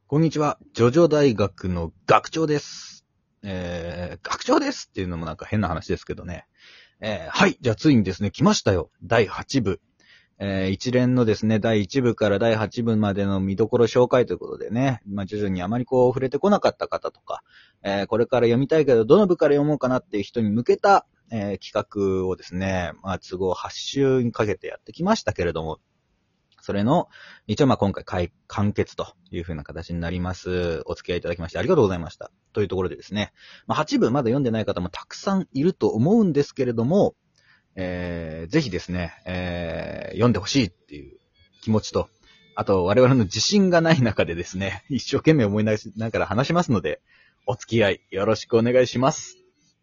こんにちは。ジョジョ大学の学長です。学長ですっていうのもなんか変な話ですけどね。はい。じゃあついにですね、来ましたよ。第8部。一連のですね、第1部から第8部までの見どころ紹介ということでね、徐々にあまり触れてこなかった方とか、これから読みたいけど、どの部から読もうかなっていう人に向けた、企画をですね、都合8週にかけてやってきましたけれども、それの、一応今回完結という風な形になります。お付き合いいただきましてありがとうございました。というところでですね、8部まだ読んでない方もたくさんいると思うんですけれども、ぜひですね、読んでほしいっていう気持ちと、あと我々の自信がない中でですね、一生懸命思いながら話しますので、お付き合いよろしくお願いします。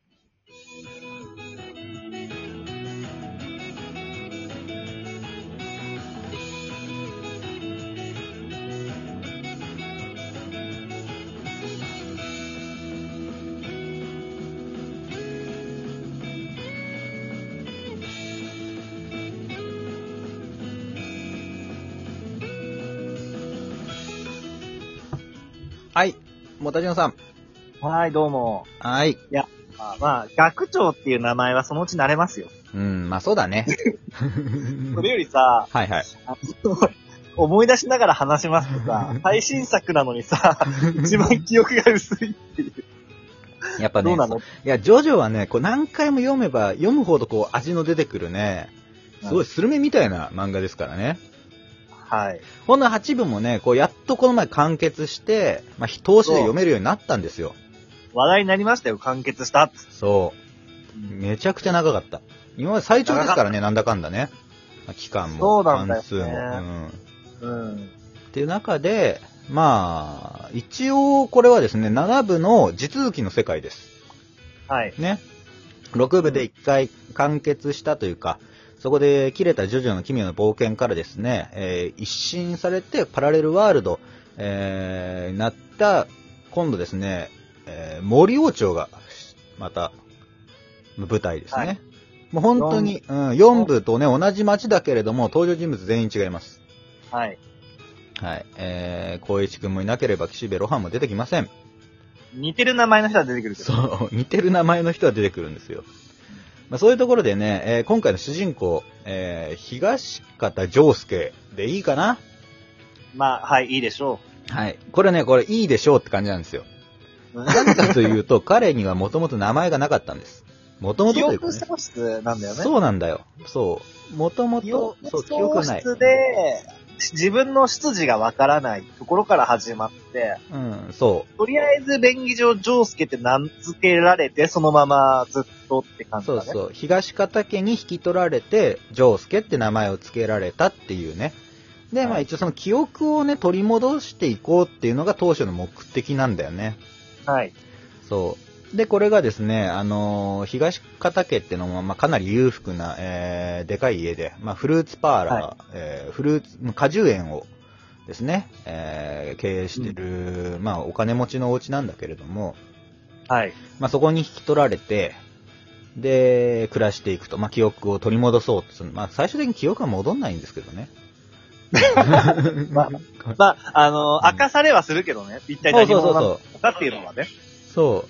はい、もたじのさん。 はい、どうも。 はい。 いや、学長っていう名前はそのうち慣れますよ。 そうだね。 それよりさ、 はいはい。 思い出しながら話しますとさ、最新作なのにさ、一番記憶が薄いっていう。 やっぱね、 どうなの？ いや、ジョジョはね、何回も読めば読むほど味の出てくるね、すごいスルメみたいな漫画ですからね。 はい。 この8部もね、やっとこの前完結して、通しで読めるようになったんですよ。 話題になりましたよ、完結したって。 そう。めちゃくちゃ長かった。今まで最長ですからね、なんだかんだね。期間も、関数も。っていう中で、一応これはですね、7部の地続きの世界です。 はい。 ね。6部で1回完結したというか、そこで切れたジョジョの奇妙な冒険からですね、一新されてパラレルワールド、になった、今度ですね、森王朝が、また、舞台ですね。はい、もう本当に、4部とね、同じ街だけれども、登場人物全員違います。 はい。 はい。光一くんもいなければ、岸辺露伴も出てきません。 似てる名前の人は出てくるけど。 そう、似てる名前の人は出てくるんですよ。そういうところでね、今回の主人公、東方丈介でいいかな？ はい、いいでしょう。はい。これいいでしょうって感じなんですよ。何かというと、彼にはもともと名前がなかったんです。もともとというか、ね。 記憶喪失なんだよね。 そうなんだよ。そう。もともと、 記憶ない。で、自分の出自がわからないところから始まって、 そう。 とりあえず、便宜上、丈介って名付けられて、そのままずっとって感じだね。 そう。東方家に引き取られて、丈介って名前を付けられたっていうね。で、一応その記憶をね、取り戻していこうっていうのが当初の目的なんだよね。 はい。 そう。で、これがですね、東方家ってのも、かなり裕福な、でかい家で、フルーツパーラー、果樹園をですね、経営してる、お金持ちのお家なんだけれども、 はい。 そこに引き取られて、で、暮らしていくと、記憶を取り戻そうとする。最終的に記憶は戻んないんですけどね。 明かされはするけどね。一体何者なのかっていうのはね。 そう。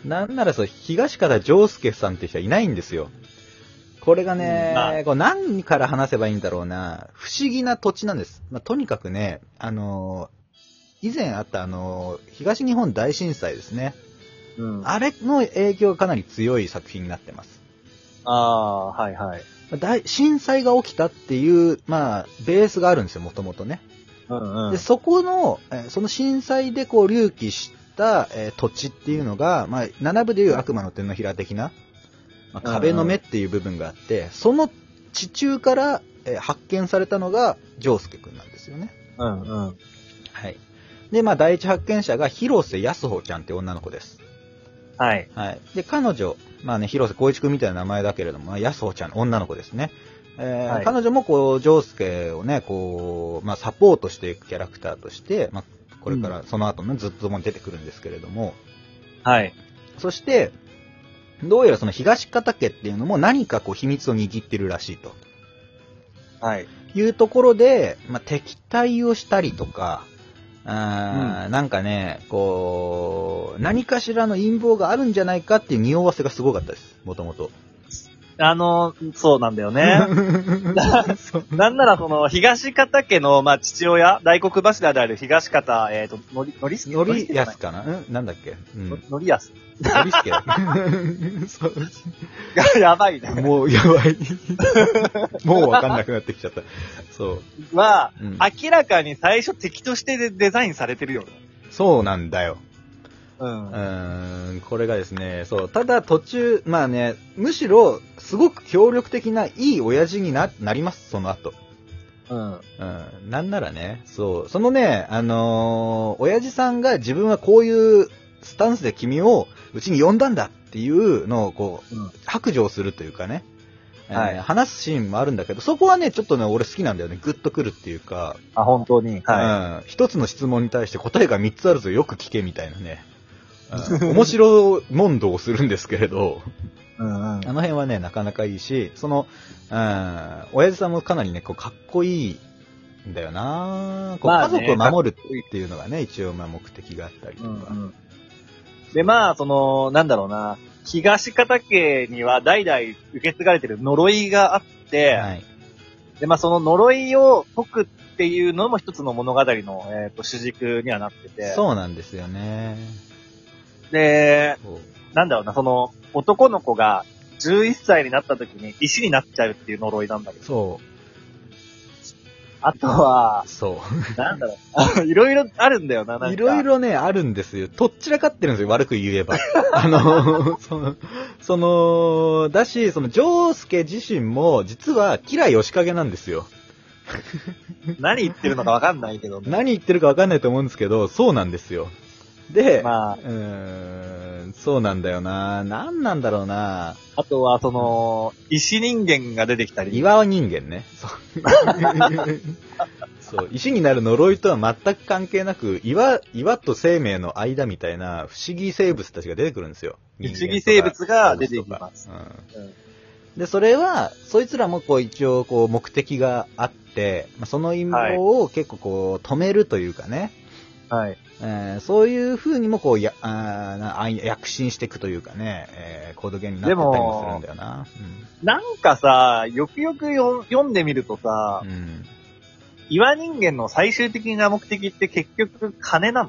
なんなら東方丈介さんって人はいないんですよ。これがね、何から話せばいいんだろうな。不思議な土地なんです。とにかくね、以前あった東日本大震災ですね。あれの影響がかなり強い作品になってます。 はいはい。 震災が起きたっていう、ベースがあるんですよ、もともとね。で、そこの、その震災で隆起した、土地っていうのが、7部でいう悪魔の手のひら的な、壁の目っていう部分があって、その地中から、発見されたのが、丈介くんなんですよね。はい。で、第一発見者が広瀬康穂ちゃんって女の子です。 はい。 はい。で、彼女、広瀬光一くんみたいな名前だけれども、康穂ちゃん、女の子ですね。彼女も丈介をね、サポートしていくキャラクターとして、これからその後ね、ずっとも出てくるんですけれども。 はい。 そして、どうやらその東方家っていうのも何か秘密を握ってるらしいと。 はい。 いうところで、敵対をしたりとか、 なんかね、こう、何かしらの陰謀があるんじゃないかっていう匂わせがすごかったです、もともと。 そうなんだよね。なんならその、東方家の、まあ、父親、大黒柱である東方、のりやすかななんだっけのりやす。 のりすけだっけやばいね。 もう、やばい。もうわかんなくなってきちゃった。そう。 明らかに最初敵としてデザインされてるよね。 そうなんだよ。これがですね、そう、ただ途中、まあね、むしろ、すごく協力的ないい親父になります、その後。なんならね、そう、そのね、親父さんが自分はこういうスタンスで君をうちに呼んだんだっていうのを、こう、白状するというかね、話すシーンもあるんだけど、そこはね、ちょっとね、俺好きなんだよね、グッとくるっていうか。 本当に。 一つの質問に対して答えが3つあるぞ、よく聞けみたいなね。面白問答をするんですけれど、あの辺はね、なかなかいいし、その、親父さんもかなりね、こう、かっこいいんだよな、こう、家族を守るっていうのがね、一応、まあ、目的があったりとか。 で、まあ、その、なんだろうな、東方家には代々受け継がれてる呪いがあって、で、まあ、その呪いを解くっていうのも一つの物語の、主軸にはなってて。 そうなんですよね。 で、なんだろうな、その、男の子が11歳になった時に石になっちゃうっていう呪いなんだけど。 そう。 あとは、なんだろう、いろいろあるんだよな、なんか。 いろいろね、あるんですよ。とっちらかってるんですよ、悪く言えば。だし、その、ジョースケ自身も、実は、キラヨシカゲなんですよ。 何言ってるのかわかんないけど、 ね。何言ってるかわかんないと思うんですけど、そうなんですよ。で、そうなんだよな。何なんだろうな。 あとは、その、石人間が出てきたり。 岩人間ね。そう。石になる呪いとは全く関係なく、岩と生命の間みたいな不思議生物たちが出てくるんですよ。 不思議生物が出てきます。 で、それは、そいつらもこう一応こう目的があって、その陰謀を結構こう止めるというかね。そういう風にもこう躍進していくというかね、コードゲームになってたりもするんだよな。 なんかさ、よくよく読んでみるとさ、岩人間の最終的な目的って結局金なの？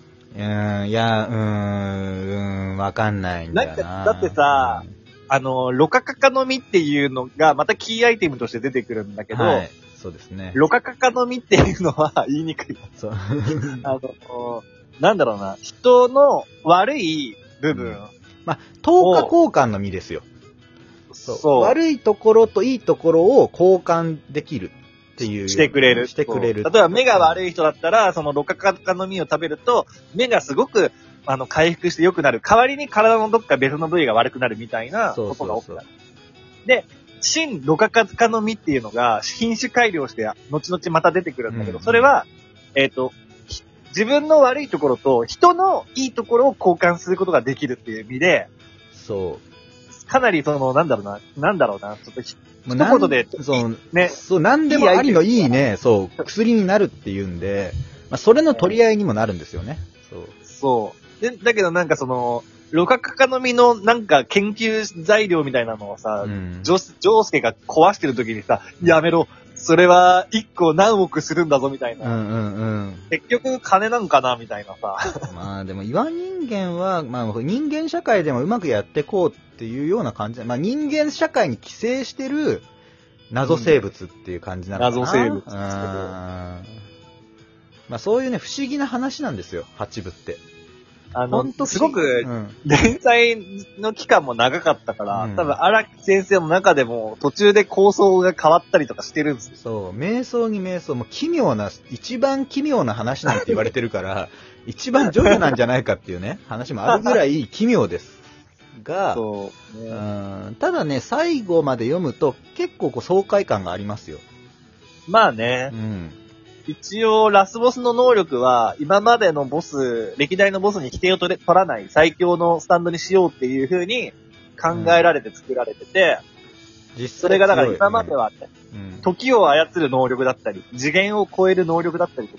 わかんないんだよな。 だってさ、ロカカカの実っていうのがまたキーアイテムとして出てくるんだけど、 そうですね。 ロカカカの実っていうのは言いにくい。 そう。 なんだろうな、人の悪い部分。 等価交換の実ですよ。そう。悪いところといいところを交換できるっていう。 してくれる。 してくれる。 例えば目が悪い人だったら、そのロカカカの実を食べると、目がすごく、回復して良くなる。代わりに体のどっか別の部位が悪くなるみたいなことが起きた。で、新ロカカカの実っていうのが品種改良して後々また出てくるんだけど、それは、自分の悪いところと人のいいところを交換することができるっていう意味で、 そう。 かなりその、なんだろうな、ちょっと一言で、 ね。そう、なんでもありのいいね、そう、薬になるっていうんで、それの取り合いにもなるんですよね。 そう。で、だけどなんかその、ロカカカの実のなんか研究材料みたいなのをさ、ジョースケが壊してる時にさ、やめろ。それは一個何億するんだぞみたいな。結局金なんかなみたいなさ。 でも岩人間は、人間社会でもうまくやってこうっていうような感じで、人間社会に寄生してる謎生物っていう感じなのかな。 謎生物。 そういうね、不思議な話なんですよ、8部って。 すごく、連載の期間も長かったから、多分荒木先生の中でも途中で構想が変わったりとかしてるんですよ。 そう、瞑想に瞑想、もう一番奇妙な話なんて言われてるから、一番ジョジョなんじゃないかっていうね、話もあるぐらい奇妙です。が、ただね、最後まで読むと結構爽快感がありますよ。 まあね。一応、ラスボスの能力は、今までのボス、歴代のボスに規定を取らない最強のスタンドにしようっていう風に考えられて作られてて、それがだから今まではね、時を操る能力だったり、次元を超える能力だったりとか、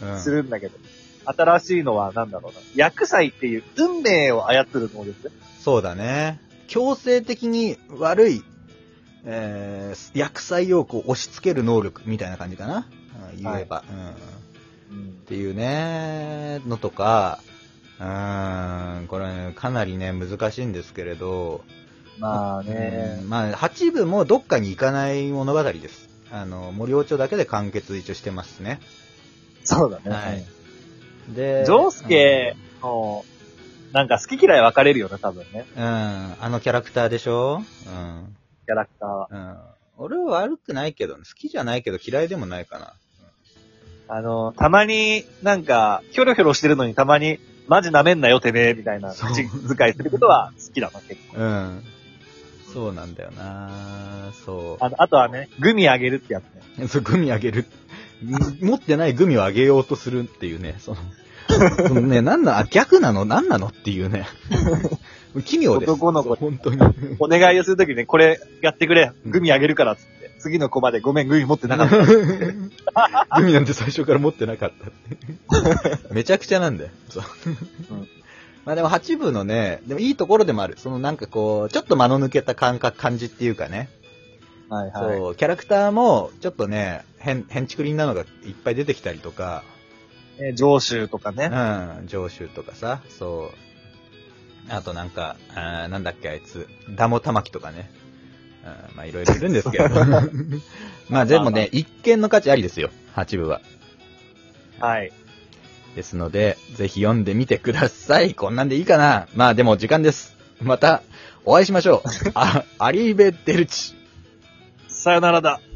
するんだけど、新しいのはなんだろうな。薬剤っていう運命を操る能力。 そうだね。強制的に悪い、薬剤をこう押し付ける能力みたいな感じかな。言えば、っていうね、のとか、これ、ね、かなりね、難しいんですけれど、 まあね、 まあ、8部もどっかに行かない物語です。森王朝だけで完結一応してますね。 そうだね。 はい。で、 ジョウスケの、なんか好き嫌い分かれるよね、多分ね。 あのキャラクターでしょ？ キャラクターは。 俺は悪くないけど、好きじゃないけど嫌いでもないかな。 たまになんか、ひょろひょろしてるのにたまに、マジ舐めんなよてめえ、みたいな口遣いすることは好きだな、結構。 そうなんだよなそう。 あとはね、グミあげるってやつね。そう、グミあげる。持ってないグミをあげようとするっていうね、そのね、逆なのなんなのっていうね。奇妙です。 男の子。 本当に。 お願いをするときに、これやってくれ、グミあげるからっつって。次のコマでごめん、グミ持ってなかった。 グミなんて最初から持ってなかったって。めちゃくちゃなんだよ。そう。まあでも8部のね、でもいいところでもある。そのなんかこう、ちょっと間の抜けた感じっていうかね。 はいはい。 そう、キャラクターも、ちょっとね、変築林なのがいっぱい出てきたりとか。 上州とかね。 上州とかさ、そう。あとなんか、なんだっけあいつ、ダモタマキとかね。まあいろいろいるんですけど。まあでもね、一見の価値ありですよ、8部は。 はい。 ですので、ぜひ読んでみてください。こんなんでいいかな。まあでも時間です。またお会いしましょう。アリーベデルチ。 さよならだ。